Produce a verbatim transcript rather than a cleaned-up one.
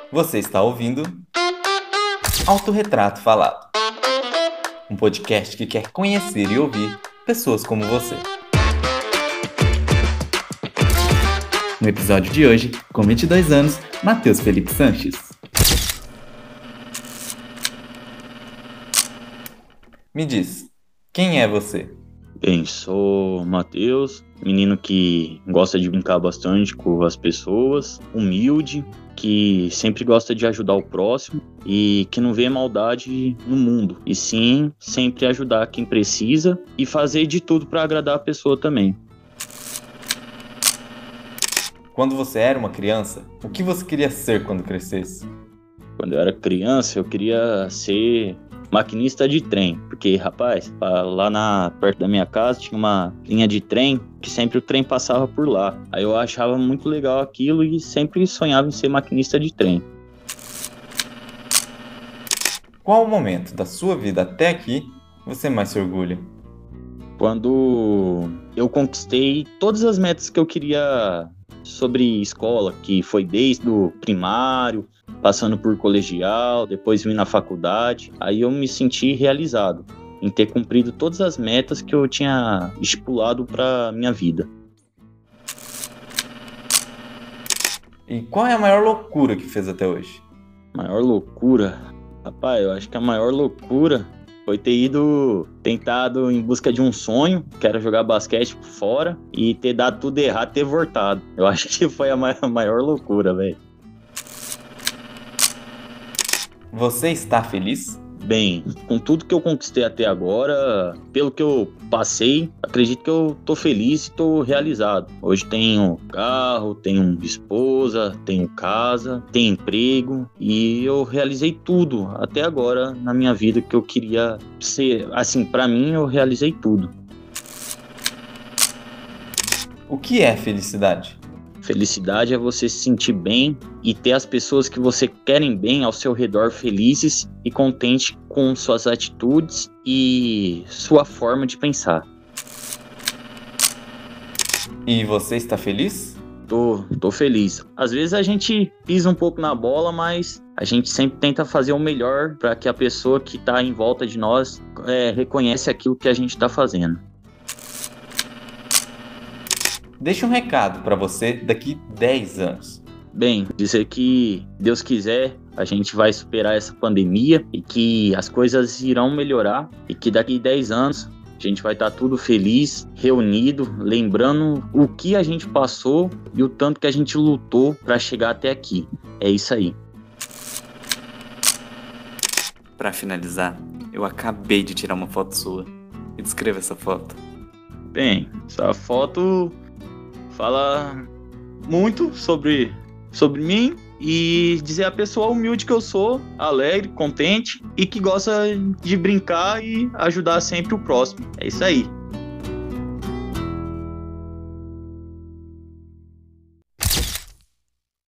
Você está ouvindo Autorretrato Falado, um podcast que quer conhecer e ouvir pessoas como você. No episódio de hoje, com vinte e dois anos, Matheus Felipe Sanches. Me diz, quem é você? Bem, sou Matheus, menino que gosta de brincar bastante com as pessoas, humilde, que sempre gosta de ajudar o próximo e que não vê maldade no mundo, e sim sempre ajudar quem precisa e fazer de tudo para agradar a pessoa também. Quando você era uma criança, o que você queria ser quando crescesse? Quando eu era criança, eu queria ser maquinista de trem, porque, rapaz, lá na, perto da minha casa tinha uma linha de trem que sempre o trem passava por lá. Aí eu achava muito legal aquilo e sempre sonhava em ser maquinista de trem. Qual o momento da sua vida até aqui você mais se orgulha? Quando eu conquistei todas as metas que eu queria sobre escola, que foi desde o primário, passando por colegial, depois vim na faculdade, aí eu me senti realizado em ter cumprido todas as metas que eu tinha estipulado para minha vida. E qual é a maior loucura que fez até hoje? Maior loucura? Rapaz, eu acho que a maior loucura foi ter ido, tentado em busca de um sonho, que era jogar basquete por fora, e ter dado tudo errado, ter voltado. Eu acho que foi a maior loucura, velho. Você está feliz? Bem, com tudo que eu conquistei até agora, pelo que eu passei, acredito que eu tô feliz e tô realizado. Hoje tenho carro, tenho esposa, tenho casa, tenho emprego e eu realizei tudo até agora na minha vida que eu queria ser. Assim, pra mim eu realizei tudo. O que é felicidade? Felicidade é você se sentir bem e ter as pessoas que você querem bem ao seu redor felizes e contentes com suas atitudes e sua forma de pensar. E você está feliz? Tô, tô feliz. Às vezes a gente pisa um pouco na bola, mas a gente sempre tenta fazer o melhor para que a pessoa que está em volta de nós é, reconheça aquilo que a gente está fazendo. Deixa um recado para você daqui dez anos. Bem, dizer que Deus quiser, a gente vai superar essa pandemia e que as coisas irão melhorar e que daqui dez anos a gente vai estar tudo feliz, reunido, lembrando o que a gente passou e o tanto que a gente lutou para chegar até aqui. É isso aí. Para finalizar, eu acabei de tirar uma foto sua. Me descreva essa foto. Bem, essa foto fala muito sobre, sobre mim e dizer a pessoa humilde que eu sou, alegre, contente e que gosta de brincar e ajudar sempre o próximo. É isso aí.